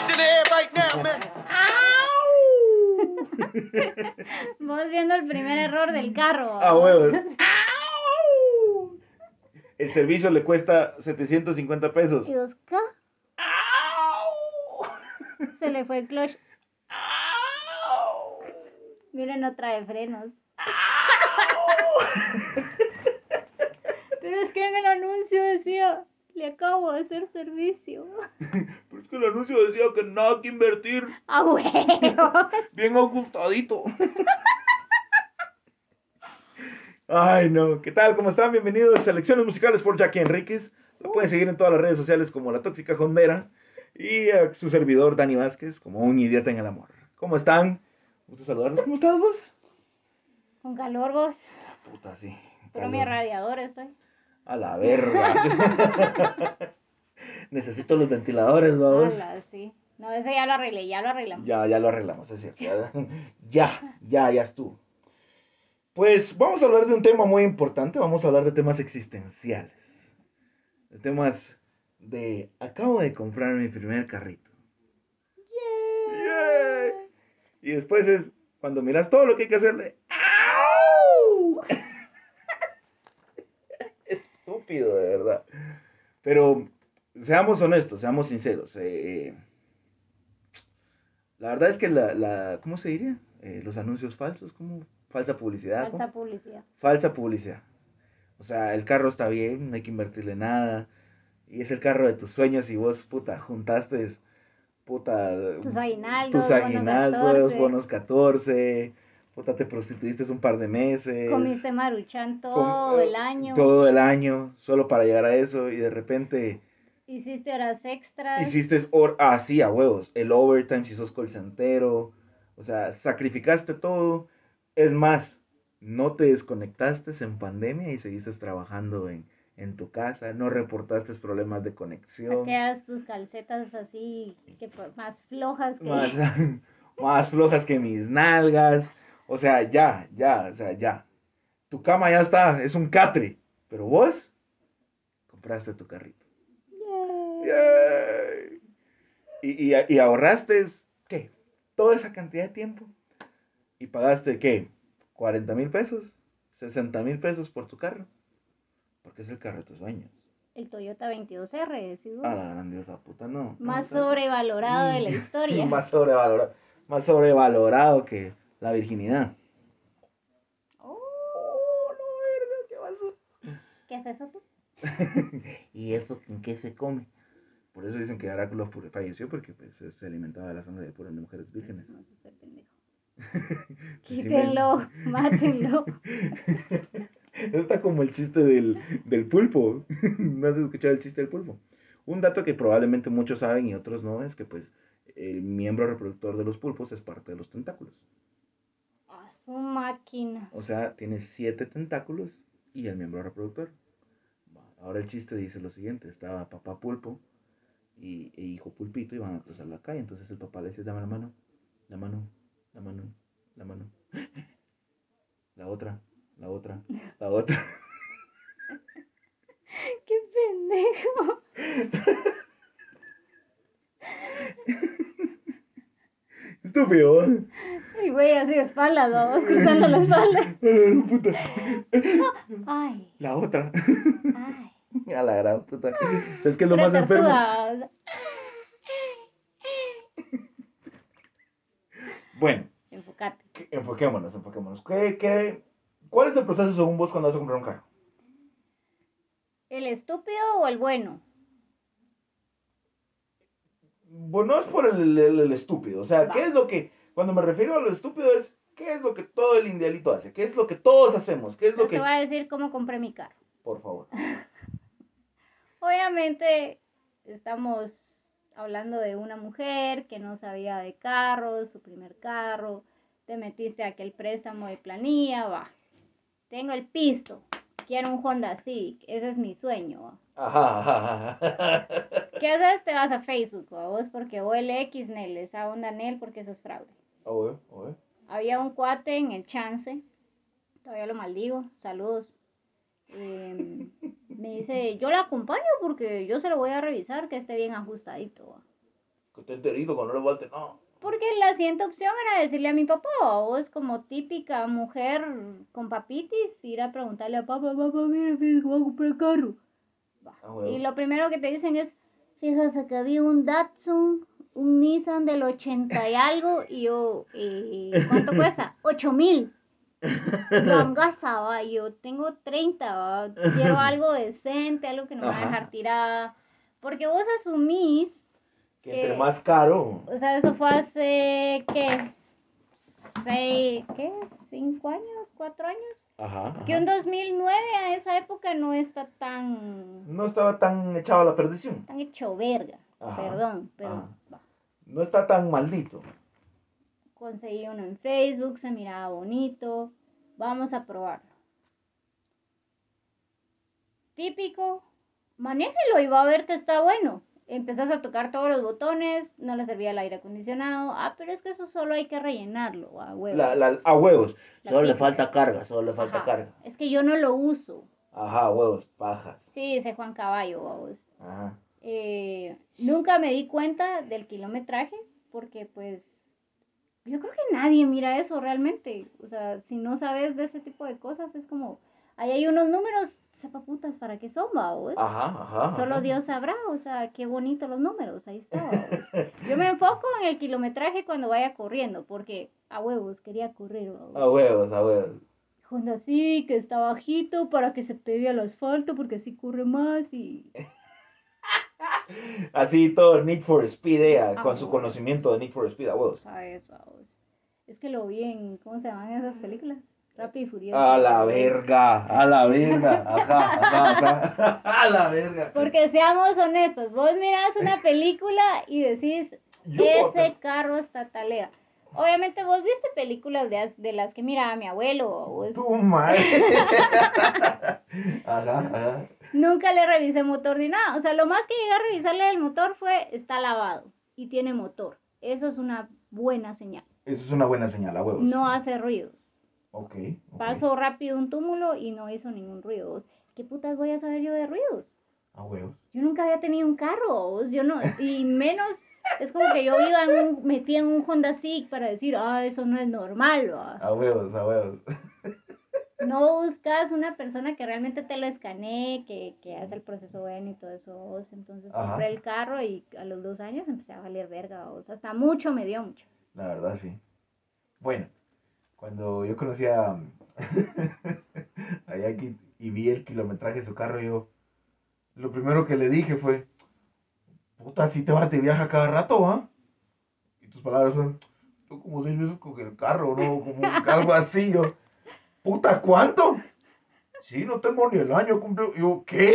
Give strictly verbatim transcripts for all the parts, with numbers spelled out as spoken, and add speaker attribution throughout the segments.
Speaker 1: in the air right now, man.
Speaker 2: Vos viendo el primer error del carro.
Speaker 3: Ah, huevos. El servicio le cuesta setecientos cincuenta pesos.
Speaker 2: Y dos K. Se le fue el clutch. Miren, otra de frenos. Pero es que en el anuncio decía, le acabo de hacer servicio.
Speaker 3: Pero es que el anuncio decía que nada que invertir.
Speaker 2: ¡Ah, huevo!
Speaker 3: Bien ajustadito. Ay, no. ¿Qué tal? ¿Cómo están? Bienvenidos a Selecciones Musicales por Jackie Enríquez. Lo pueden seguir en todas las redes sociales como La Tóxica Jondera. Y a su servidor, Dani Vázquez, como un idiota en el amor. ¿Cómo están? Gusto saludarlos. ¿Cómo estás vos?
Speaker 2: Con calor vos.
Speaker 3: Puta, sí.
Speaker 2: Pero
Speaker 3: calor.
Speaker 2: mi radiador estoy.
Speaker 3: A la verga. Necesito los ventiladores, vamos.
Speaker 2: Ala, sí. No, ese ya lo arreglé, ya lo arreglamos.
Speaker 3: Ya, ya lo arreglamos, es cierto. Ya, ya, ya, ya estuvo. Pues vamos a hablar de un tema muy importante. Vamos a hablar de temas existenciales. De temas de... Acabo de comprar mi primer carrito.
Speaker 2: Yeah.
Speaker 3: Yeah. Y después es cuando miras todo lo que hay que hacerle. ¡Au! Estúpido, de verdad. Pero seamos honestos, seamos sinceros. Eh, la verdad es que la, la ¿cómo se diría? Eh, los anuncios falsos, como falsa publicidad.
Speaker 2: Falsa
Speaker 3: ¿cómo?
Speaker 2: publicidad.
Speaker 3: Falsa publicidad. O sea, el carro está bien, no hay que invertirle nada. Y es el carro de tus sueños y vos, puta, juntaste, puta,
Speaker 2: Tus aguinaldos,
Speaker 3: tus aguinaldos,
Speaker 2: bonos catorce.
Speaker 3: bonos catorce, puta, te prostituiste un par de meses.
Speaker 2: Comiste maruchan todo
Speaker 3: com-
Speaker 2: el año.
Speaker 3: Todo el año, solo para llegar a eso y de repente...
Speaker 2: Hiciste horas extras.
Speaker 3: Hiciste, or ah, sí, a huevos, el overtime si sos callcentero, o sea, sacrificaste todo. Es más, no te desconectaste en pandemia y seguiste trabajando en, en tu casa, no reportaste problemas de conexión.
Speaker 2: Quedas tus calcetas así, que más flojas que...
Speaker 3: Más, más flojas que mis nalgas, o sea, ya, ya, o sea, ya. Tu cama ya está, es un catre, pero vos compraste tu carrito. Yay. Y, y, y ahorraste, ¿qué? Toda esa cantidad de tiempo. Y pagaste, ¿qué? cuarenta mil pesos, sesenta mil pesos por tu carro. Porque es el carro de tus sueños.
Speaker 2: El Toyota veintidós R, decís vos.
Speaker 3: A la grandiosa puta, no.
Speaker 2: Más
Speaker 3: no,
Speaker 2: sobrevalorado de la historia.
Speaker 3: más sobrevalorado. Más sobrevalorado que la virginidad.
Speaker 2: Oh,
Speaker 3: Oh, no, verga, qué basura.
Speaker 2: ¿qué es eso tú?
Speaker 3: ¿Y eso en qué se come? Por eso dicen que Heráclito falleció, porque pues, se alimentaba de la sangre de puras de mujeres vírgenes.
Speaker 2: No, súper pendejo. Quítenlo, mátenlo.
Speaker 3: Está como el chiste del, del pulpo. ¿No has escuchado el chiste del pulpo? Un dato que probablemente muchos saben y otros no es que pues el miembro reproductor de los pulpos es parte de los tentáculos.
Speaker 2: A su máquina.
Speaker 3: O sea, tiene siete tentáculos y el miembro reproductor. Ahora el chiste dice lo siguiente: estaba papá pulpo y e hijo pulpito y van a cruzar la calle. Entonces el papá le dice: dame la mano, la mano, la mano, la mano. La otra, la otra, la otra.
Speaker 2: ¡Qué pendejo!
Speaker 3: Estúpido.
Speaker 2: Y güey, así de espaldas, vamos cruzando la espalda.
Speaker 3: Puta.
Speaker 2: Ay,
Speaker 3: La otra.
Speaker 2: ay.
Speaker 3: A la gran puta. Es que es lo
Speaker 2: Pero
Speaker 3: más enfermo.
Speaker 2: tortuga, o sea,
Speaker 3: Bueno,
Speaker 2: enfócate.
Speaker 3: enfoquémonos, enfoquémonos. ¿Qué, qué, ¿Cuál es el proceso según vos cuando vas a comprar un carro?
Speaker 2: ¿El estúpido o el bueno?
Speaker 3: Bueno, no es por el, el, el estúpido. O sea,
Speaker 2: Va.
Speaker 3: ¿qué es lo que, cuando me refiero a lo estúpido es, ¿qué es lo que todo el indialito hace? ¿Qué es lo que todos hacemos? ¿Qué es
Speaker 2: Yo
Speaker 3: lo
Speaker 2: te
Speaker 3: que...
Speaker 2: voy a decir cómo compré mi carro.
Speaker 3: Por favor.
Speaker 2: Obviamente estamos hablando de una mujer que no sabía de carros, su primer carro, te metiste a aquel préstamo de planilla, va. Tengo el pisto, quiero un Honda Civic, ese es mi sueño, va.
Speaker 3: Ajá, ajá, ajá.
Speaker 2: ¿Qué haces? Te vas a Facebook, ¿va? Vos porque O L X, Nel, esa onda Nel porque eso es fraude.
Speaker 3: Oye, oye.
Speaker 2: Había un cuate en el Chance, todavía lo maldigo, saludos. Eh, me dice, yo la acompaño porque yo se lo voy a revisar, que esté bien ajustadito, ¿va?
Speaker 3: Que esté enterito, que no le falte nada.
Speaker 2: Porque la siguiente opción era decirle a mi papá, vos como típica mujer con papitis, ir a preguntarle a papá, papá, mira, mira, voy a comprar carro.
Speaker 3: Ah, huevos.
Speaker 2: Y lo primero que te dicen es, fíjate que vi un Datsun, un Nissan del ochenta y algo, y yo, eh, ¿cuánto cuesta? Ocho mil. Gangasa, va, yo tengo treinta, va, quiero algo decente, algo que no me va a dejar
Speaker 3: Ajá.
Speaker 2: tirada. Porque vos asumís
Speaker 3: Que entre
Speaker 2: que-
Speaker 3: más caro.
Speaker 2: O sea, eso fue hace, ¿qué? Seis, ¿qué? ¿Cinco años? ¿Cuatro años?
Speaker 3: Ajá, ajá.
Speaker 2: Que un dos mil nueve a esa época no está tan,
Speaker 3: No estaba tan echado a la perdición.
Speaker 2: tan hecho verga.
Speaker 3: Ajá,
Speaker 2: Perdón, pero
Speaker 3: ajá.
Speaker 2: va.
Speaker 3: No está tan maldito.
Speaker 2: Conseguí uno en Facebook, se miraba bonito. Vamos a probarlo. Típico, manéjelo y va a ver que está bueno. Empezás a tocar todos los botones, no le servía el aire acondicionado. Ah, pero es que eso solo hay que rellenarlo, a huevos.
Speaker 3: La, la, a huevos.
Speaker 2: La
Speaker 3: Solo le
Speaker 2: típica.
Speaker 3: falta carga, solo le falta
Speaker 2: Ajá.
Speaker 3: carga.
Speaker 2: Es que yo no lo uso.
Speaker 3: Ajá, huevos, pajas.
Speaker 2: Sí, dice Juan Caballo, vamos.
Speaker 3: Ajá.
Speaker 2: Eh, nunca me di cuenta del kilometraje porque pues yo creo que nadie mira eso realmente. O sea, si no sabes de ese tipo de cosas es como, ahí hay unos números, sepa putas para qué son, vamos.
Speaker 3: Ajá, ajá.
Speaker 2: Solo
Speaker 3: ajá.
Speaker 2: Dios sabrá, o sea, qué bonitos los números, ahí está, vamos. Yo me enfoco en el kilometraje cuando vaya corriendo porque a huevos quería correr, vamos.
Speaker 3: A huevos, a huevos.
Speaker 2: Honda sí, que está bajito para que se pegue al asfalto porque así corre más y...
Speaker 3: Así todo Need for Speed, eh,
Speaker 2: Ah,
Speaker 3: con su
Speaker 2: huevos.
Speaker 3: conocimiento de Need for Speed, a huevos.
Speaker 2: ¿Sabes, vamos? Es que lo vi en, ¿cómo se llaman esas películas? Rápido y Furioso.
Speaker 3: A la
Speaker 2: vamos.
Speaker 3: verga, a la verga, ajá, ajá, ajá, a la verga.
Speaker 2: Porque seamos honestos, vos mirás una película y decís,
Speaker 3: Yo
Speaker 2: ese
Speaker 3: voto.
Speaker 2: carro está talea. Obviamente vos viste películas de, de las que miraba mi abuelo, vos.
Speaker 3: Tu madre. Ajá, ajá.
Speaker 2: Nunca le revisé motor ni nada. O sea, lo más que llegué a revisarle del motor fue, está lavado y tiene motor. Eso es una buena señal.
Speaker 3: Eso es una buena señal, a huevos.
Speaker 2: No hace ruidos.
Speaker 3: Ok, ok.
Speaker 2: Pasó rápido un túmulo y no hizo ningún ruido. ¿Vos? ¿Qué putas voy a saber yo de ruidos?
Speaker 3: A huevos.
Speaker 2: Yo nunca había tenido un carro, ¿vos? Yo no, y menos, es como que yo iba en un, metía en un Honda Civic para decir, ah, eso no es normal, ¿va?
Speaker 3: A huevos, a huevos.
Speaker 2: No buscas una persona que realmente te lo escanee, que, que hace el proceso bueno y todo eso, ¿vos? Entonces
Speaker 3: Ajá.
Speaker 2: compré el carro y a los dos años empecé a valer verga, ¿vos? Hasta mucho me dio mucho.
Speaker 3: La verdad, sí. Bueno, cuando yo conocí a, a Jackie y vi el kilometraje de su carro, yo lo primero que le dije fue, puta, si te vas de viaje a cada rato, ¿ah? Y tus palabras fueron, tú como seis veces con el carro, ¿no? Como algo así, yo, puta, ¿cuánto? Sí, no tengo ni el año cumplido. Yo, ¿qué?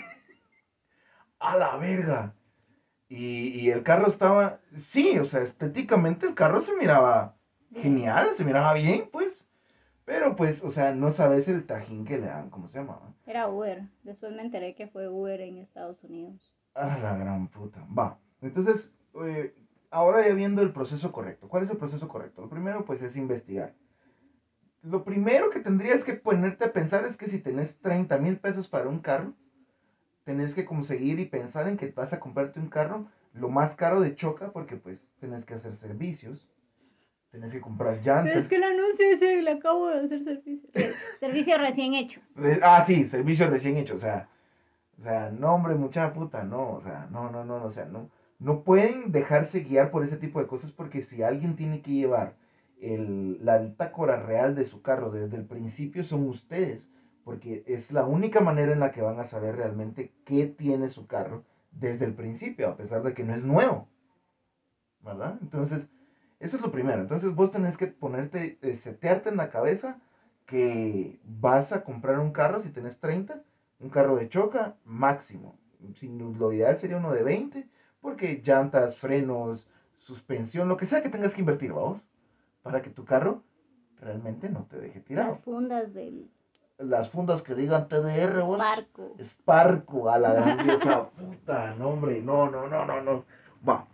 Speaker 3: A la verga. Y, y el carro estaba, sí, o sea, estéticamente el carro se miraba genial, se miraba bien, pues. Pero pues, o sea, no sabes el trajín que le dan, ¿cómo se llama?
Speaker 2: Era Uber. Después me enteré que fue Uber en Estados Unidos.
Speaker 3: A la gran puta. Va. Entonces, eh, ahora ya viendo el proceso correcto. ¿Cuál es el proceso correcto? Lo primero, pues, es investigar. Lo primero que tendrías que ponerte a pensar es que si tenés treinta mil pesos para un carro, tenés que conseguir y pensar en que vas a comprarte un carro lo más caro de choca, porque pues tenés que hacer servicios, tenés que comprar llantas.
Speaker 2: Pero es que el anuncio ese le acabo de hacer servicio. Eh, servicio recién hecho.
Speaker 3: Re- ah, sí, servicio recién hecho, o sea, o sea, no, hombre, mucha puta, no, o sea, no, no, no, no, o sea, no, no pueden dejarse guiar por ese tipo de cosas porque si alguien tiene que llevar el, la bitácora real de su carro desde el principio son ustedes, porque es la única manera en la que van a saber realmente qué tiene su carro desde el principio, a pesar de que no es nuevo, ¿verdad? Entonces, eso es lo primero. Entonces vos tenés que ponerte, eh, setearte en la cabeza que vas a comprar un carro si tenés treinta, un carro de choca máximo. Si no, lo ideal sería uno de veinte, porque llantas, frenos, suspensión, lo que sea que tengas que invertir, vamos, para que tu carro realmente no te deje tirado.
Speaker 2: Las fundas del
Speaker 3: Las fundas que digan T D R, vos.
Speaker 2: Sparco.
Speaker 3: Sparco, a la grandiosa puta, no, hombre, no, no, no, no, no. Va.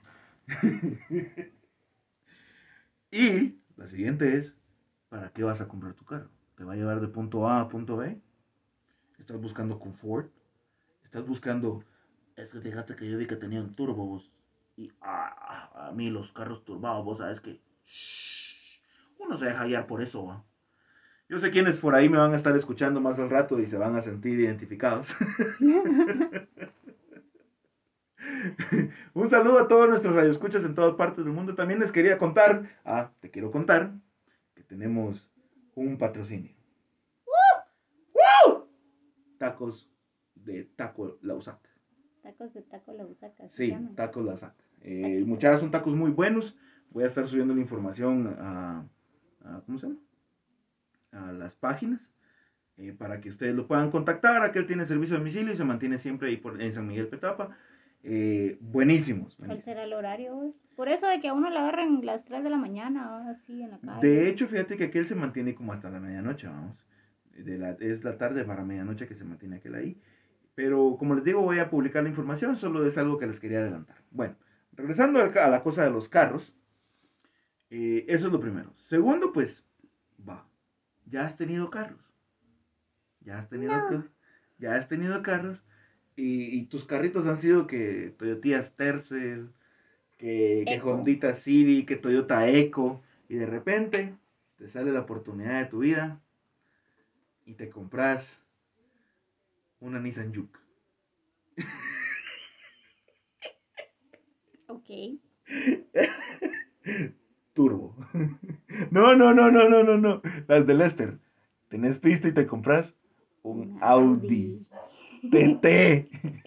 Speaker 3: Y la siguiente es, ¿para qué vas a comprar tu carro? ¿Te va a llevar de punto A a punto B? ¿Estás buscando confort? ¿Estás buscando... Es que fíjate que yo vi que tenía un turbo vos. Y, ah, a mí los carros turbados, vos sabes que shh, uno se deja guiar por eso, ¿va? Yo sé quiénes por ahí me van a estar escuchando más al rato y se van a sentir identificados. Un saludo a todos nuestros radioescuchas en todas partes del mundo. También les quería contar, ah, te quiero contar, que tenemos un patrocinio. ¡Woo! ¡Woo! Tacos de Taco La Usaca.
Speaker 2: Tacos de Taco La Usaca.
Speaker 3: Sí, Tacos La Usaca. Eh, muchachas, son tacos muy buenos. Voy a estar subiendo la información a, a ¿cómo se llama? A las páginas. Eh, para que ustedes lo puedan contactar. Aquel tiene servicio de domicilio y se mantiene siempre ahí por, en San Miguel Petapa. Eh, buenísimos, buenísimos.
Speaker 2: ¿Cuál será el horario vos? Por eso de que a uno le agarren las tres de la mañana, así en la calle.
Speaker 3: De hecho, fíjate que aquel se mantiene como hasta la medianoche, vamos. De la, es la tarde para medianoche que se mantiene aquel ahí. Pero como les digo, voy a publicar la información, solo es algo que les quería adelantar. Bueno, regresando a la cosa de los carros, eh, eso es lo primero. Segundo, pues, va, ya has tenido carros. Ya has tenido,
Speaker 2: No.
Speaker 3: carros, ya has tenido carros y, y tus carritos han sido que Toyota Tercel, que, que Hondita Civic, que Toyota Eco, y de repente te sale la oportunidad de tu vida y te compras una Nissan Juke.
Speaker 2: Ok.
Speaker 3: Turbo. No, no, no, no, no, no, no. Las de Lester. Tenés pista y te compras un Audi, Audi. T T.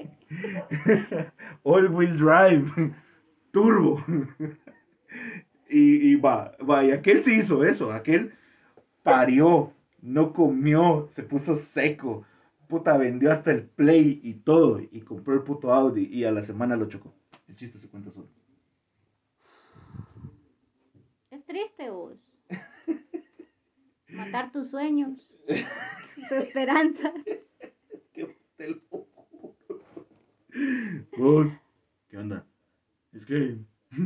Speaker 3: All Wheel Drive. Turbo. Y, y va, va, y aquel sí hizo eso. Aquel parió, no comió, se puso seco. Puta, vendió hasta el Play y todo. Y compró el puto Audi y a la semana lo chocó. El chiste se cuenta solo.
Speaker 2: Es triste vos. Matar tus sueños. Tu esperanza.
Speaker 3: Dios te lo juro. Vos, ¿qué onda? Es que...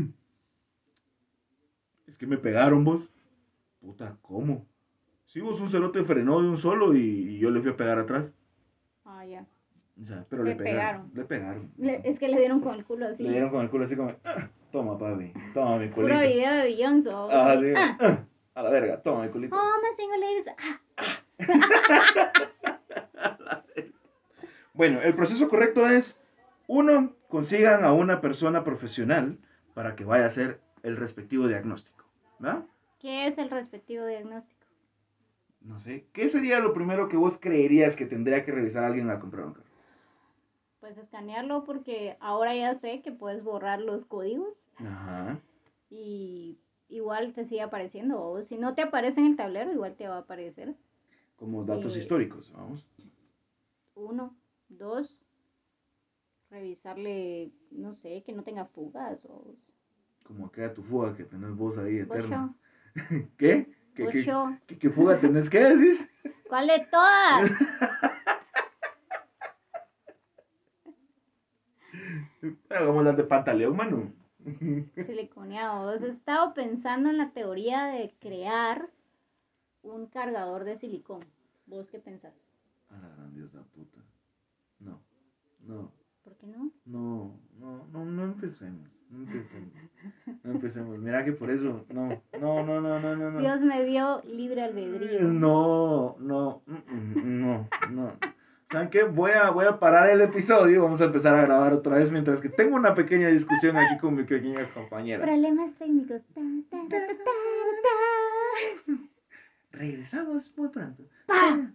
Speaker 3: Es que me pegaron vos. Puta, ¿cómo? Sí, vos un cerote frenó de un solo y, y yo le fui a pegar atrás.
Speaker 2: Ah, ya.
Speaker 3: O sea, pero
Speaker 2: le,
Speaker 3: le pegaron. pegaron. Le pegaron.
Speaker 2: Le, es que le dieron con el culo así.
Speaker 3: Le dieron con el culo así como... Ah, toma, papi. Toma mi culito.
Speaker 2: Puro video de Beyoncé.
Speaker 3: Ah, sí. Ah. Ah, a la verga, toma mi culito.
Speaker 2: Oh, my single ladies. Ah.
Speaker 3: Bueno, el proceso correcto es... Uno, consigan a una persona profesional para que vaya a hacer el respectivo diagnóstico. ¿Verdad?
Speaker 2: ¿Qué es el respectivo diagnóstico?
Speaker 3: No sé. ¿Qué sería lo primero que vos creerías que tendría que revisar alguien al comprar un carro?
Speaker 2: Pues escanearlo porque ahora ya sé que puedes borrar los códigos.
Speaker 3: Ajá.
Speaker 2: Y igual te sigue apareciendo. O si no te aparece en el tablero, igual te va a aparecer.
Speaker 3: Como datos
Speaker 2: eh,
Speaker 3: históricos, vamos.
Speaker 2: Uno. Dos. Revisarle, no sé, que no tenga fugas o...
Speaker 3: Como aquella tu fuga que tenés vos ahí eterna.
Speaker 2: Ocho.
Speaker 3: ¿Qué? ¿Qué,
Speaker 2: Ocho.
Speaker 3: ¿Qué, qué, qué fuga tenés? ¿Qué decís?
Speaker 2: ¿Cuál de todas?
Speaker 3: Hagamos las de Pantaleón, mano.
Speaker 2: Siliconeados. He estado pensando en la teoría de crear un cargador de silicón. ¿Vos qué pensás?
Speaker 3: A la grandiosa puta. No, no.
Speaker 2: ¿Por qué no?
Speaker 3: No, no, no, no empecemos. No empecemos. No empecemos. Mira que por eso, no, no, no, no, no, no.
Speaker 2: Dios me dio libre albedrío.
Speaker 3: No, no, no, no. ¿Saben qué? Voy a, voy a parar el episodio y vamos a empezar a grabar otra vez mientras que tengo una pequeña discusión aquí con mi pequeña compañera.
Speaker 2: Problemas técnicos. Ta, ta, ta, ta, ta.
Speaker 3: Regresamos muy pronto. ¡Pah!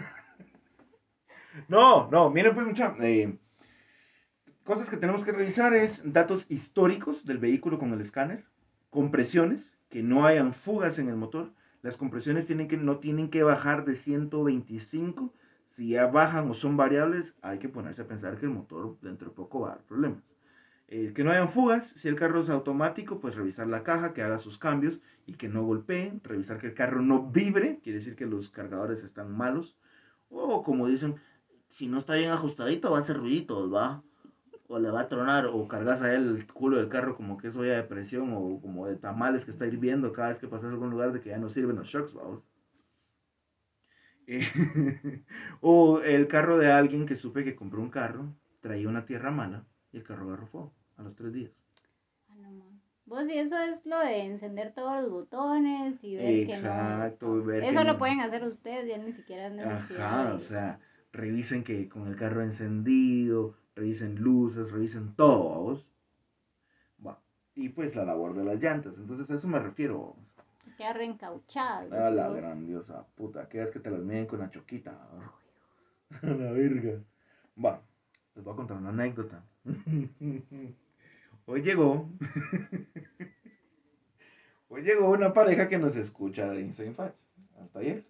Speaker 3: No, no, miren pues mucha... Eh, cosas que tenemos que revisar es datos históricos del vehículo con el escáner, compresiones, que no hayan fugas en el motor. Las compresiones tienen que, no tienen que bajar de ciento veinticinco. Si ya bajan o son variables, hay que ponerse a pensar que el motor dentro de poco va a dar problemas. Eh, que no hayan fugas. Si el carro es automático, pues revisar la caja, que haga sus cambios y que no golpeen. Revisar que el carro no vibre, quiere decir que los cargadores están malos. O como dicen, si no está bien ajustadito va a hacer ruiditos, ¿va? O le va a tronar, o cargas a él el culo del carro como que es olla de presión, o como de tamales que está hirviendo cada vez que pasas a algún lugar de que ya no sirven los shocks, vamos. Eh, o el carro de alguien que supe que compró un carro, traía una tierra mala y el carro agarró fuego a los tres días.
Speaker 2: Vos y eso es lo de encender todos los botones y ver
Speaker 3: Exacto,
Speaker 2: que no...
Speaker 3: ver
Speaker 2: Eso
Speaker 3: que
Speaker 2: lo
Speaker 3: no.
Speaker 2: pueden hacer ustedes, ya ni siquiera es necesidad
Speaker 3: Ajá,
Speaker 2: de...
Speaker 3: o sea, revisen que con el carro encendido, revisen luces, revisen todo, ¿vamos? Va. Y pues la labor de las llantas, entonces a eso me refiero, vamos.
Speaker 2: Queda reencauchada.
Speaker 3: A la grandiosa puta, que es que te las miden con la choquita. A la verga. Va, les voy a contar una anécdota. Hoy llegó. Hoy llegó una pareja que nos escucha de Insane Facts al taller.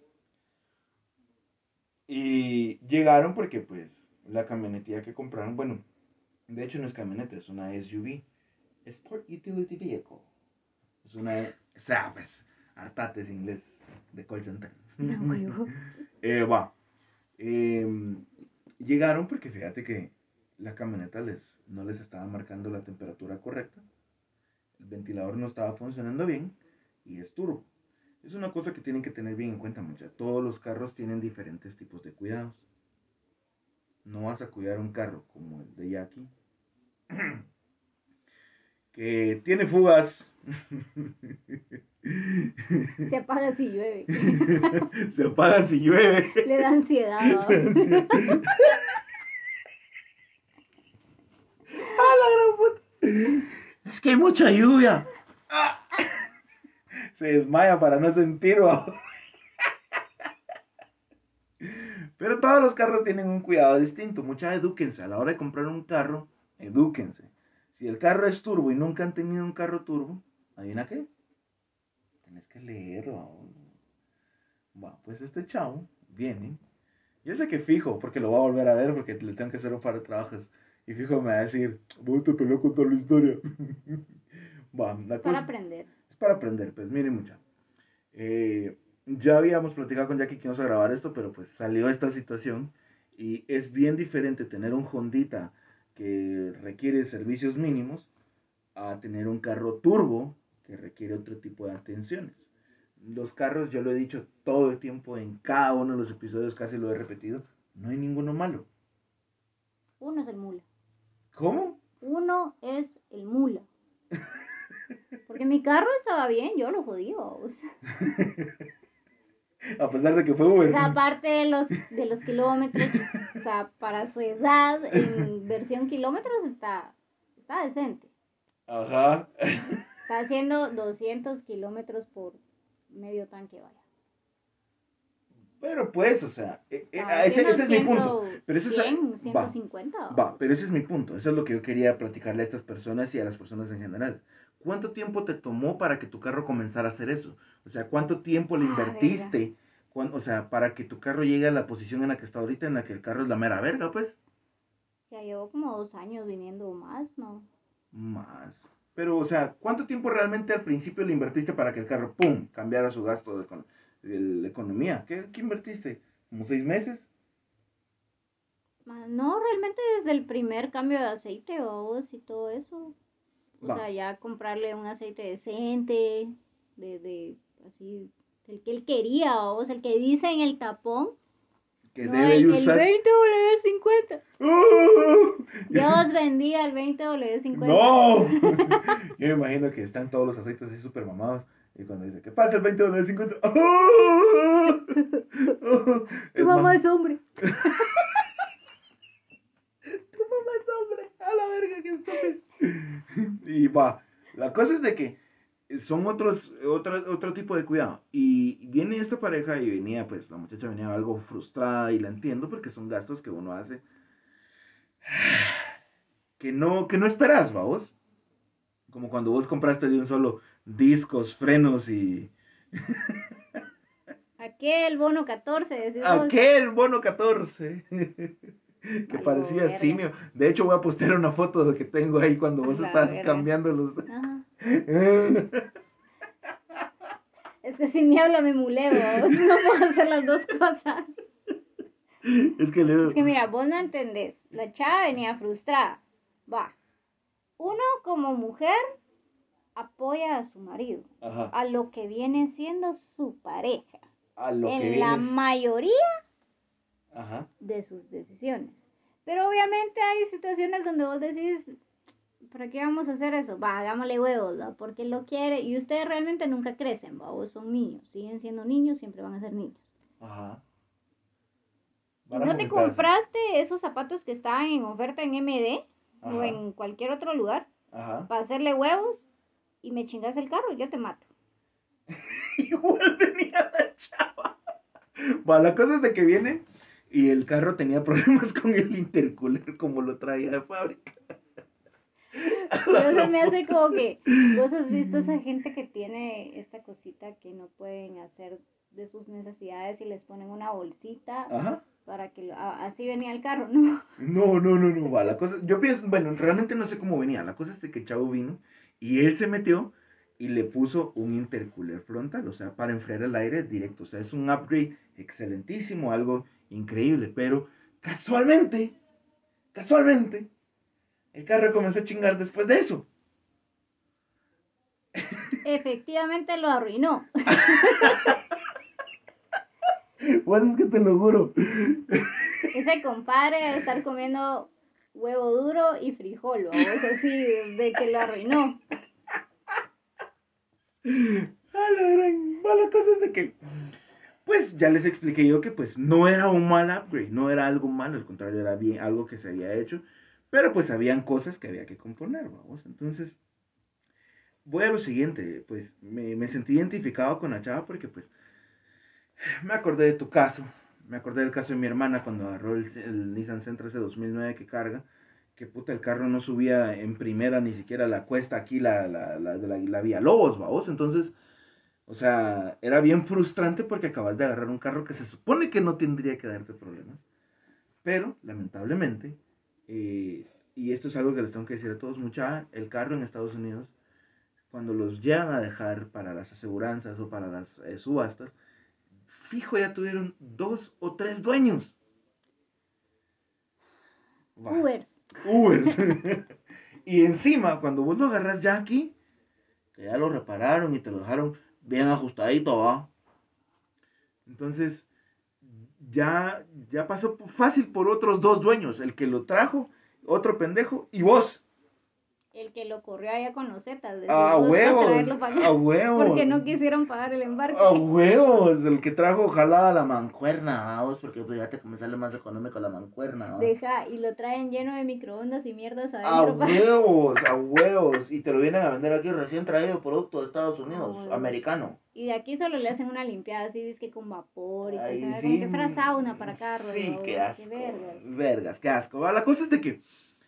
Speaker 3: Y llegaron porque, pues, la camionetilla que compraron, bueno, de hecho no es camioneta, es una S U V. Sport Utility Vehicle. Es una. Sabes, hartates inglés de call center.
Speaker 2: No,
Speaker 3: eh, va. Eh, llegaron porque fíjate que la camioneta les, no les estaba marcando la temperatura correcta. El ventilador no estaba funcionando bien y es turbo. Es una cosa que tienen que tener bien en cuenta, mucha. Todos los carros tienen diferentes tipos de cuidados. No vas a cuidar un carro como el de Jackie, que tiene fugas.
Speaker 2: Se apaga si llueve.
Speaker 3: Se apaga si llueve.
Speaker 2: Le da ansiedad. ¿No?
Speaker 3: Le da ansiedad. ¡Ah, la gran puta! Es que hay mucha lluvia. Se desmaya para no sentir, ¿va? Pero todos los carros tienen un cuidado distinto. Muchas edúquense. A la hora de comprar un carro, edúquense. Si el carro es turbo y nunca han tenido un carro turbo, ¿adivina qué? Tienes que leerlo. Bueno, pues este chavo viene. Yo sé que fijo, porque lo voy a volver a ver, porque le tengo que hacer un par de trabajos. Y fijo me va a decir, vos te peleó a contar la historia. Bueno, la
Speaker 2: Es
Speaker 3: cosa,
Speaker 2: para aprender.
Speaker 3: Es para aprender, pues miren mucha. Eh, ya habíamos platicado con Jackie que íbamos a grabar esto, pero pues salió esta situación. Y es bien diferente tener un Hondita que requiere servicios mínimos a tener un carro turbo que requiere otro tipo de atenciones. Los carros, yo lo he dicho todo el tiempo en cada uno de los episodios, casi lo he repetido, no hay ninguno malo.
Speaker 2: Uno es el mula.
Speaker 3: ¿Cómo?
Speaker 2: Uno es el mula. Porque mi carro estaba bien, yo lo jodí, vos.
Speaker 3: A pesar de que fue Uber.
Speaker 2: O sea, aparte de los, de los kilómetros, o sea, para su edad, en versión kilómetros está, está decente.
Speaker 3: Ajá.
Speaker 2: Está haciendo doscientos kilómetros por medio tanque, vaya.
Speaker 3: Pero pues, o sea, eh, eh,
Speaker 2: Está
Speaker 3: ese,
Speaker 2: haciendo
Speaker 3: ese es mi
Speaker 2: cien,
Speaker 3: punto. Pero ese
Speaker 2: cien,
Speaker 3: es,
Speaker 2: ciento cincuenta.
Speaker 3: Va, va, pero ese es mi punto. Eso es lo que yo quería platicarle a estas personas y a las personas en general. ¿Cuánto tiempo te tomó para que tu carro comenzara a hacer eso? O sea, ¿cuánto tiempo le
Speaker 2: Ah,
Speaker 3: invertiste? Cuán- o sea, para que tu carro llegue a la posición en la que está ahorita, en la que el carro es la mera verga, pues.
Speaker 2: Ya llevo como dos años viniendo más, ¿no?
Speaker 3: Más. Pero, o sea, ¿cuánto tiempo realmente al principio le invertiste para que el carro, pum, cambiara su gasto de, econ- de la economía? ¿Qué, qué invertiste? ¿Como seis meses?
Speaker 2: Ah, no, realmente desde el primer cambio de aceite, vos, y todo eso. O
Speaker 3: Va.
Speaker 2: sea, ya comprarle un aceite decente, de, de, así, el que él quería, vos, el que dice en el tapón.
Speaker 3: Que
Speaker 2: No,
Speaker 3: debe
Speaker 2: el,
Speaker 3: usar.
Speaker 2: el veinte W cincuenta.
Speaker 3: ¡Uh!
Speaker 2: Dios bendiga el veinte W cincuenta.
Speaker 3: ¡No! Yo me imagino que están todos los aceites así súper mamados. Y cuando dice, ¿qué pasa el veinte W cincuenta? ¡Oh! ¡Oh!
Speaker 2: Tu mamá es hombre.
Speaker 3: Tu mamá es hombre. A la verga, que estúpido. Y va. La cosa es de que son otros, otro, otro tipo de cuidado. Y viene esta pareja y venía, pues la muchacha venía algo frustrada y la entiendo porque son gastos que uno hace que no, que no esperas, vamos. Como cuando vos compraste de un solo discos, frenos y...
Speaker 2: Aquel bono catorce, decís vos.
Speaker 3: Aquel bono catorce. Que
Speaker 2: Valió
Speaker 3: parecía
Speaker 2: verga.
Speaker 3: simio. De hecho voy a postear una foto que tengo ahí cuando
Speaker 2: A
Speaker 3: vos
Speaker 2: la
Speaker 3: estabas
Speaker 2: verga.
Speaker 3: cambiando los...
Speaker 2: Ajá. Es que si me habla me muleo, no puedo hacer las dos cosas.
Speaker 3: Es que le...
Speaker 2: Es que mira, vos no entendés. La chava venía frustrada. Va. Uno como mujer apoya a su marido.
Speaker 3: Ajá.
Speaker 2: A lo que viene siendo su pareja.
Speaker 3: A lo
Speaker 2: en
Speaker 3: que
Speaker 2: la
Speaker 3: vienes...
Speaker 2: mayoría
Speaker 3: Ajá.
Speaker 2: de sus decisiones. Pero obviamente hay situaciones donde vos decís, ¿para qué vamos a hacer eso? Va, hagámosle huevos, ¿va? Porque él lo quiere. Y ustedes realmente nunca crecen, ¿va? O son niños. Siguen siendo niños, siempre van a ser niños.
Speaker 3: Ajá.
Speaker 2: ¿Y
Speaker 3: Vara
Speaker 2: no te
Speaker 3: movida, sí.
Speaker 2: compraste esos zapatos que estaban en oferta en M D o
Speaker 3: Ajá.
Speaker 2: en cualquier otro lugar
Speaker 3: Ajá.
Speaker 2: para hacerle huevos y me chingas el carro? Yo te mato.
Speaker 3: Igual venía la chava. Va, la cosa es de que viene y el carro tenía problemas con el intercooler como lo traía de fábrica.
Speaker 2: Yo se me hace como que vos has visto esa gente que tiene esta cosita que no pueden hacer de sus necesidades y les ponen una bolsita.
Speaker 3: Ajá.
Speaker 2: Para que lo, a, así venía el carro, ¿no?
Speaker 3: No, no, no, no, va, la cosa, yo pienso, bueno, realmente no sé cómo venía, la cosa es de que el chavo vino y él se metió y le puso un intercooler frontal, o sea, para enfriar el aire directo, o sea, es un upgrade excelentísimo, algo increíble, pero casualmente, casualmente, el carro comenzó a chingar después de eso.
Speaker 2: Efectivamente lo arruinó.
Speaker 3: Bueno, es que te lo juro.
Speaker 2: Ese compadre de estar comiendo huevo duro y frijol, vamos así, de que lo arruinó.
Speaker 3: A la gran, va, la cosa es de que, pues ya les expliqué yo que pues no era un mal upgrade, no era algo malo, al contrario era bien, algo que se había hecho, pero pues habían cosas que había que componer, vamos. Entonces, voy a lo siguiente, pues me, me sentí identificado con la chava porque pues me acordé de tu caso, me acordé del caso de mi hermana cuando agarró el, el Nissan Sentra ese dos mil nueve que carga, que puta el carro no subía en primera ni siquiera la cuesta aquí, la, la, la, la, la vía Lobos, vamos. Entonces, o sea, era bien frustrante porque acabas de agarrar un carro que se supone que no tendría que darte problemas. Pero, lamentablemente, eh, y esto es algo que les tengo que decir a todos, mucha, el carro en Estados Unidos, cuando los llegan a dejar para las aseguranzas o para las eh, subastas, fijo ya tuvieron dos o tres dueños. Va.
Speaker 2: Ubers.
Speaker 3: Ubers. Y encima, cuando vos lo agarras ya aquí, que ya lo repararon y te lo dejaron bien ajustadito, va. Entonces, ya, ya pasó fácil por otros dos dueños, el que lo trajo, otro pendejo, y vos.
Speaker 2: El que lo corrió allá con los zetas, decís
Speaker 3: A
Speaker 2: vos, para
Speaker 3: huevos,
Speaker 2: traerlo para acá.
Speaker 3: a huevos.
Speaker 2: Porque no quisieron pagar el embarque.
Speaker 3: A huevos, el que trajo ojalá la mancuerna, vamos, porque pues ya te me sale más económico la mancuerna, ¿va?
Speaker 2: Deja, y lo traen lleno de microondas y mierdas
Speaker 3: A
Speaker 2: adentro. para-
Speaker 3: huevos, a huevos. Y te lo vienen a vender aquí recién traído producto de Estados
Speaker 2: A
Speaker 3: Unidos,
Speaker 2: huevos.
Speaker 3: americano.
Speaker 2: Y de aquí solo le hacen una limpiada así, dice que con vapor y que
Speaker 3: Ay,
Speaker 2: se ve
Speaker 3: sí,
Speaker 2: como que fuera sauna para carros.
Speaker 3: sí,
Speaker 2: ¿no?
Speaker 3: qué asco.
Speaker 2: Qué vergas.
Speaker 3: Vergas, qué asco. Va, la cosa es de que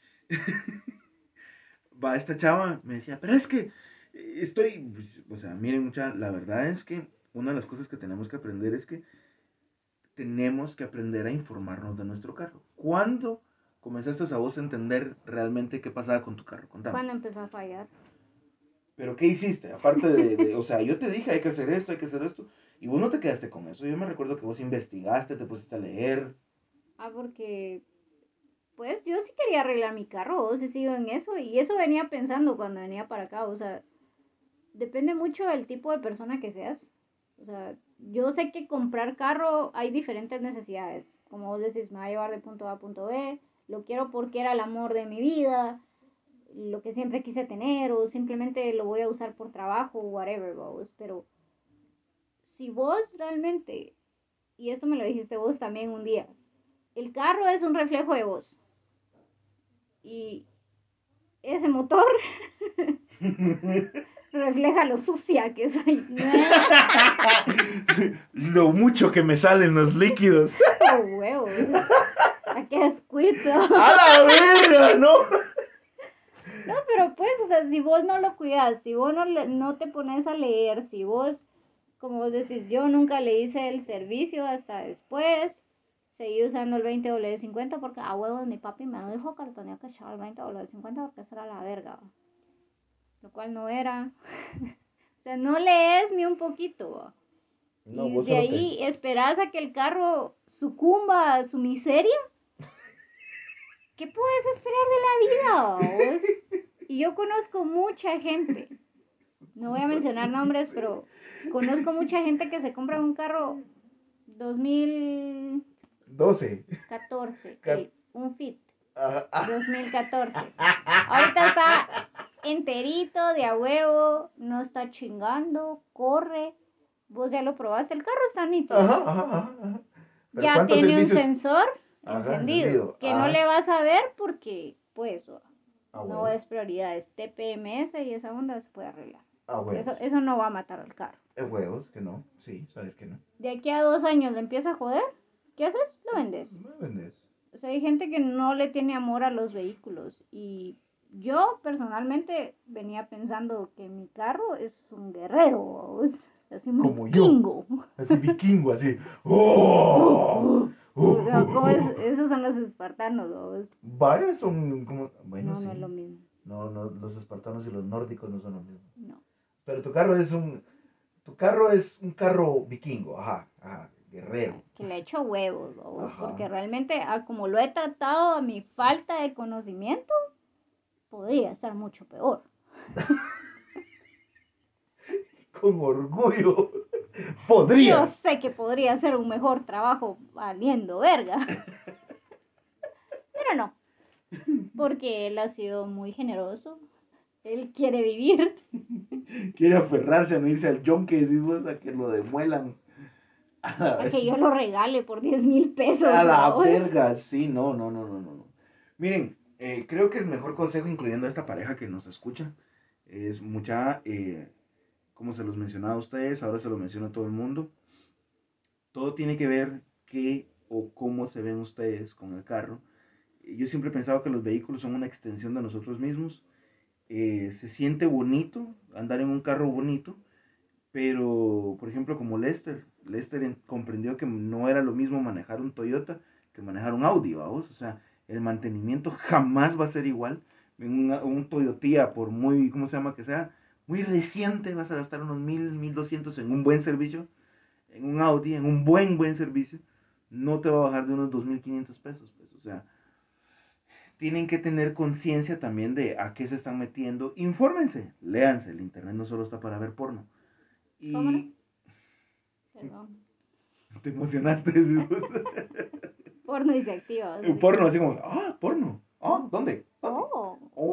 Speaker 3: va esta chava, me decía, pero es que estoy, pues, o sea, miren mucha, la verdad es que una de las cosas que tenemos que aprender es que tenemos que aprender a informarnos de nuestro carro. ¿Cuándo comenzaste a vos a entender realmente qué pasaba con tu carro? Contame.
Speaker 2: Cuando empezó a fallar.
Speaker 3: ¿Pero qué hiciste? Aparte de, de, o sea, yo te dije, hay que hacer esto, hay que hacer esto, y vos no te quedaste con eso. Yo me recuerdo que vos investigaste, te pusiste a leer.
Speaker 2: Ah, porque pues yo sí quería arreglar mi carro, o sí sigo en eso, y eso venía pensando cuando venía para acá, o sea, depende mucho del tipo de persona que seas. O sea, yo sé que comprar carro hay diferentes necesidades. Como vos decís, me va a llevar de punto A a punto B, lo quiero porque era el amor de mi vida, lo que siempre quise tener, o simplemente lo voy a usar por trabajo, whatever, vos. Pero si vos realmente, y esto me lo dijiste vos también un día, el carro es un reflejo de vos. Y ese motor refleja lo sucia que soy.
Speaker 3: Lo mucho que me salen los líquidos.
Speaker 2: ¡Oh, huevos! ¿A qué ascuito?
Speaker 3: ¡A la verga, no!
Speaker 2: No, pero pues, o sea, si vos no lo cuidas, si vos no, le, no te pones a leer, si vos, como vos decís, yo nunca le hice el servicio hasta después, seguí usando el veinte W cincuenta porque a huevos mi papi me dijo que lo tenía que echar el veinte W cincuenta porque esa era la verga, lo cual no era. O sea, no lees ni un poquito. No, y de ahí te... esperas a que el carro sucumba a su miseria. ¿Qué puedes esperar de la vida? ¿Vos? Y yo conozco mucha gente, no voy a mencionar nombres, pero conozco mucha gente que se compra un carro dos mil
Speaker 3: doce
Speaker 2: catorce, Cat... un Fit. dos mil catorce. Ahorita está enterito, de a huevo, no está chingando, corre. Vos ya lo probaste, el carro está nítido.
Speaker 1: Ajá, ajá, ajá, ajá. Pero
Speaker 2: Ya
Speaker 1: ¿cuántos
Speaker 2: tiene
Speaker 1: servicios?
Speaker 2: un sensor
Speaker 1: Ajá,
Speaker 2: encendido,
Speaker 1: encendido,
Speaker 2: que
Speaker 1: ajá.
Speaker 2: no le vas a ver porque, pues,
Speaker 1: Ah,
Speaker 2: no
Speaker 1: bueno.
Speaker 2: es prioridad, es T P M S y esa onda se puede arreglar.
Speaker 1: Ah, bueno.
Speaker 2: Eso, eso no va a matar al carro.
Speaker 1: Es huevos, que no. Sí, sabes que no.
Speaker 2: De aquí a dos años le empieza a joder, ¿qué haces? Lo vendes.
Speaker 1: No lo vendes.
Speaker 2: O sea, hay gente que no le tiene amor a los vehículos y yo personalmente venía pensando que mi carro es un guerrero, es así un
Speaker 1: Como
Speaker 2: vikingo.
Speaker 1: yo. Así vikingo, así. ¡Oh!
Speaker 2: No, ¿cómo es? Esos son los espartanos, ¿no?
Speaker 1: Vaya, son como... Bueno,
Speaker 2: No,
Speaker 1: sí.
Speaker 2: no es lo mismo.
Speaker 1: No, no, los espartanos y los nórdicos no son lo mismo.
Speaker 2: No.
Speaker 1: Pero tu carro es un... Tu carro es un carro vikingo, ajá, ajá, guerrero.
Speaker 2: Que le echo huevos, ¿no?
Speaker 1: Ajá.
Speaker 2: Porque realmente, ah, como lo he tratado a mi falta de conocimiento, podría estar mucho peor.
Speaker 1: Con orgullo. Podría.
Speaker 2: Yo sé que podría hacer un mejor trabajo valiendo verga. Pero no. Porque él ha sido muy generoso. Él quiere vivir.
Speaker 3: Quiere aferrarse a no irse al yonque, decís vos, a que lo demuelan. A la,
Speaker 2: A que yo lo regale por diez mil pesos.
Speaker 3: a la
Speaker 2: ¿no?
Speaker 3: verga, sí, no, no, no, no, no. no. Miren, eh, creo que el mejor consejo, incluyendo a esta pareja que nos escucha, es mucha, eh, como se los mencionaba a ustedes, ahora se lo menciona a todo el mundo. Todo tiene que ver qué o cómo se ven ustedes con el carro. Yo siempre he pensado que los vehículos son una extensión de nosotros mismos. Eh, se siente bonito andar en un carro bonito, pero por ejemplo como Lester, Lester en- comprendió que no era lo mismo manejar un Toyota que manejar un Audi, vamos, o sea, el mantenimiento jamás va a ser igual. Un, un Toyota, por muy, ¿cómo se llama que sea? Muy reciente, vas a gastar unos mil, mil doscientos en un buen servicio, en un Audi, en un buen, buen servicio, no te va a bajar de unos dos mil quinientos pesos, pues, o sea, tienen que tener conciencia también de a qué se están metiendo. Infórmense, léanse, el internet no solo está para ver porno. Y...
Speaker 2: ¿Cómo no? Perdón.
Speaker 3: Te emocionaste.
Speaker 2: Porno y se activa.
Speaker 3: Un porno, así como, ah, porno. Ah, ¿dónde?
Speaker 2: Oh.
Speaker 3: Oh.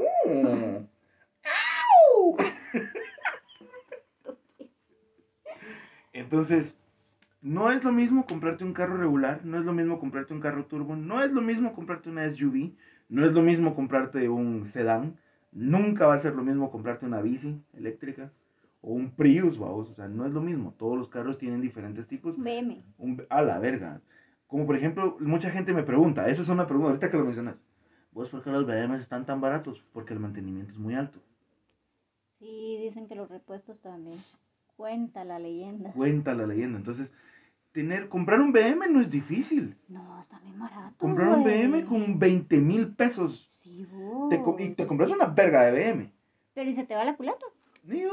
Speaker 3: Entonces, no es lo mismo comprarte un carro regular, no es lo mismo comprarte un carro turbo, no es lo mismo comprarte una S U V, no es lo mismo comprarte un sedán, nunca va a ser lo mismo comprarte una bici eléctrica o un Prius, vamos, o sea, no es lo mismo, todos los carros tienen diferentes tipos.
Speaker 2: B M.
Speaker 3: Un, a la verga. Como por ejemplo, mucha gente me pregunta, esa es una pregunta, ahorita que lo mencionas, ¿vos por qué los B M están tan baratos? Porque el mantenimiento es muy alto.
Speaker 2: Sí, dicen que los repuestos también. Cuenta la leyenda.
Speaker 3: Cuenta la leyenda, entonces... Tener, comprar un B M no es difícil.
Speaker 2: No, está bien barato.
Speaker 3: Comprar un B M
Speaker 2: güey.
Speaker 3: con veinte mil pesos.
Speaker 2: Sí, vos.
Speaker 3: Te, co- y te compras una verga de B M.
Speaker 2: Pero ¿y se te va la culata?
Speaker 3: Digo,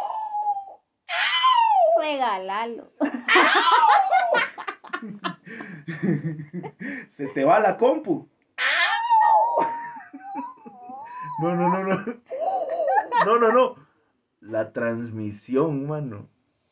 Speaker 2: Regálalo.
Speaker 3: se te va la compu. No, no, no, no. No, no, no. La transmisión, mano.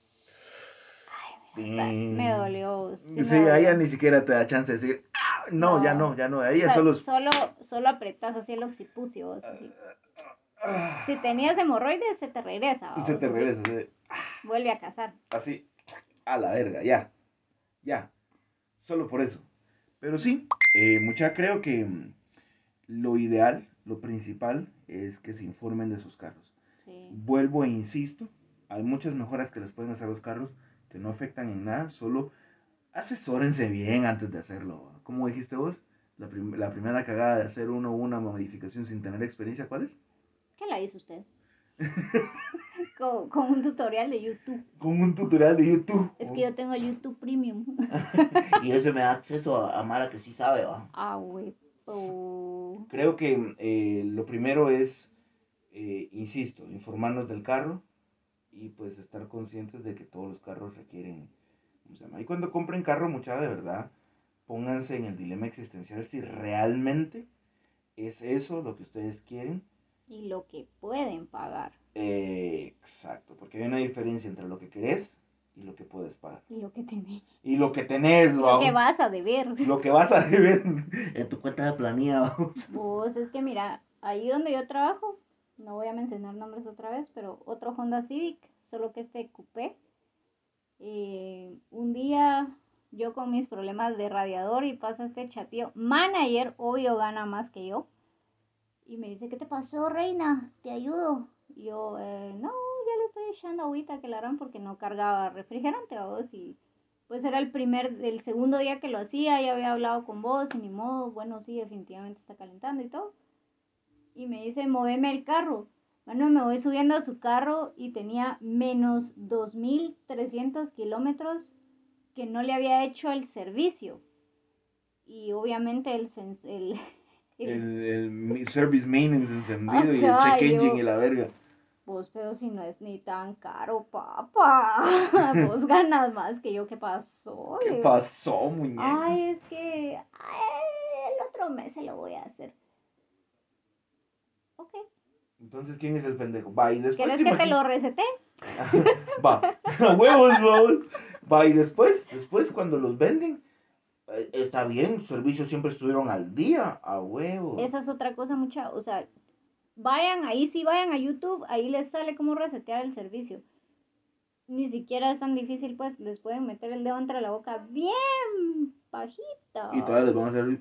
Speaker 2: Me dolió. Sí, me
Speaker 3: Sí, ahí ya
Speaker 2: dolió.
Speaker 3: ni siquiera te da chance de decir, "Ah", no,
Speaker 2: No.
Speaker 3: ya no, ya no. Ahí
Speaker 2: O
Speaker 3: ya
Speaker 2: sea,
Speaker 3: solo.
Speaker 2: solo, solo apretas así el occipucio. Vos, así.
Speaker 3: Ah,
Speaker 2: Si tenías hemorroides, se te regresa.
Speaker 3: y se
Speaker 2: vos,
Speaker 3: te
Speaker 2: así.
Speaker 3: regresa. Así,
Speaker 2: Vuelve a cazar.
Speaker 3: así, a la verga, ya. Ya. Solo por eso. Pero sí, eh, mucha creo que mm, lo ideal, lo principal, es que se informen de sus carros.
Speaker 2: Sí.
Speaker 3: Vuelvo e insisto, hay muchas mejoras que les pueden hacer los carros que no afectan en nada, solo asesórense bien antes de hacerlo. ¿Cómo dijiste vos? La, prim- la primera cagada de hacer uno una modificación sin tener experiencia, ¿cuál es?
Speaker 2: ¿Qué la hizo usted? con, con un tutorial de YouTube.
Speaker 3: Con un tutorial de YouTube.
Speaker 2: Es que yo tengo YouTube Premium.
Speaker 1: Y eso me da acceso a, a Mara que sí sabe, va.
Speaker 2: Ah, güey. Oh.
Speaker 3: Creo que eh, lo primero es, eh, insisto, informarnos del carro y pues estar conscientes de que todos los carros requieren, ¿cómo se llama? Y cuando compren carro, mucha de verdad, pónganse en el dilema existencial si realmente es eso lo que ustedes quieren.
Speaker 2: Y lo que pueden pagar.
Speaker 3: Eh, exacto, porque hay una diferencia entre lo que querés y lo que puedes pagar.
Speaker 2: Y lo que tenés.
Speaker 3: Y lo que tenés,
Speaker 2: Lo
Speaker 3: vamos.
Speaker 2: que vas a deber.
Speaker 3: Lo que vas a deber en tu cuenta de planilla, vamos.
Speaker 2: Vos, es que mira, ahí donde yo trabajo, no voy a mencionar nombres otra vez, pero otro Honda Civic, solo que este coupé. Eh, un día yo con mis problemas de radiador y pasa este chatío, manager, obvio gana más que yo, y me dice, ¿qué te pasó, reina? ¿Te ayudo? Y yo, eh, no, ya le estoy echando agüita que la harán porque no cargaba refrigerante a vos, y pues era el primer, el segundo día que lo hacía, ya había hablado con vos y ni modo, bueno, sí, definitivamente está calentando y todo. Y me dice, moveme el carro. Bueno, me voy subiendo a su carro y tenía menos dos mil trescientos kilómetros que no le había hecho el servicio. Y obviamente el... el,
Speaker 3: el, el, el service maintenance encendido. Ajá, y el check
Speaker 2: yo,
Speaker 3: engine y la verga.
Speaker 2: Pues, pero si no es ni tan caro, papá. Vos ganas más que yo. ¿Qué pasó?
Speaker 3: ¿Qué pasó, muñeca?
Speaker 2: Ay, es que ay, el otro mes se lo voy a hacer. Ok.
Speaker 3: Entonces, ¿quién es el pendejo? Va, y después.
Speaker 2: ¿Quieres que te lo recete?
Speaker 3: Va, a huevos, vamos. Va, y después, después cuando los venden, eh, está bien, servicios siempre estuvieron al día, a huevos.
Speaker 2: Esa es otra cosa, mucha, o sea, vayan, ahí sí vayan a YouTube, ahí les sale cómo resetear el servicio. Ni siquiera es tan difícil, pues, les pueden meter el dedo entre la boca bien bajita.
Speaker 3: Y todavía les van a hacer...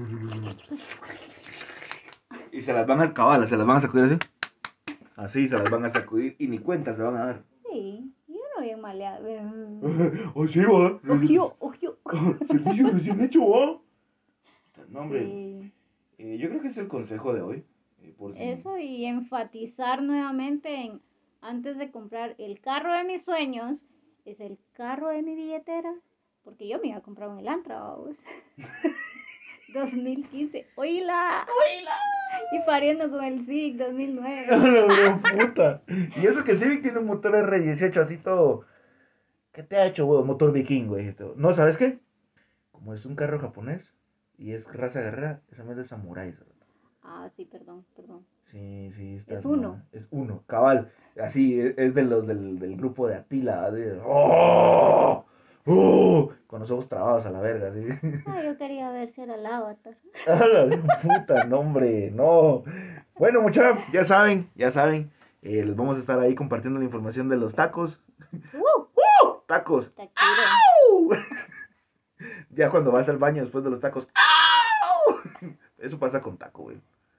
Speaker 3: Y se las van a acabar, se las van a sacudir así. Así se las van a sacudir y ni cuenta se van a dar.
Speaker 2: Sí, yo no bien maleado.
Speaker 3: ¡Oh, sí, va!
Speaker 2: ¡Ojo, ojo!
Speaker 3: Servicio recién hecho, va. No, hombre,
Speaker 2: Sí.
Speaker 3: eh, yo creo que es el consejo de hoy. Eh, por si...
Speaker 2: Eso, y enfatizar nuevamente en, antes de comprar el carro de mis sueños, es el carro de mi billetera. Porque yo me iba a comprar un Elantra, vamos. dos mil quince. ¡Oíla! ¡Oíla! Y pariendo con el Civic dos mil nueve.
Speaker 3: ¡La puta! Y eso que el Civic tiene un motor erre dieciocho así todo... ¿Qué te ha hecho, weón? Motor vikingo, güey. No, ¿sabes qué? Como es un carro japonés y es raza guerrera, esa mierda es samurái, ¿sabes?
Speaker 2: Ah, sí, perdón, perdón.
Speaker 3: Sí, sí, está.
Speaker 2: Es uno.
Speaker 3: No, es uno, cabal. Así, es, es de los del, del grupo de Atila. De, ¡oh! ¡Oh! Con los ojos trabados a la verga, ¿sí?
Speaker 2: Ah, yo quería ver si era el Avatar.
Speaker 3: ¡A la puta, no, hombre! ¡No! Bueno, muchachos, ya saben, ya saben. Eh, les vamos a estar ahí compartiendo la información de los tacos.
Speaker 2: ¡Uh!
Speaker 3: ¡Uh! ¡Tacos!
Speaker 2: ¡Au!
Speaker 3: Ya cuando vas al baño después de los tacos. ¡Au! Eso pasa con taco, güey.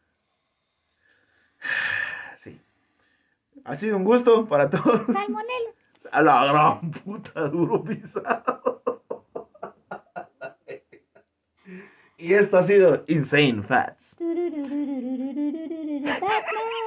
Speaker 3: Sí. Ha sido un gusto para todos.
Speaker 2: Salmonel.
Speaker 3: A la gran puta, duro pisado. Y esto ha sido Insane Fats.
Speaker 2: Batman.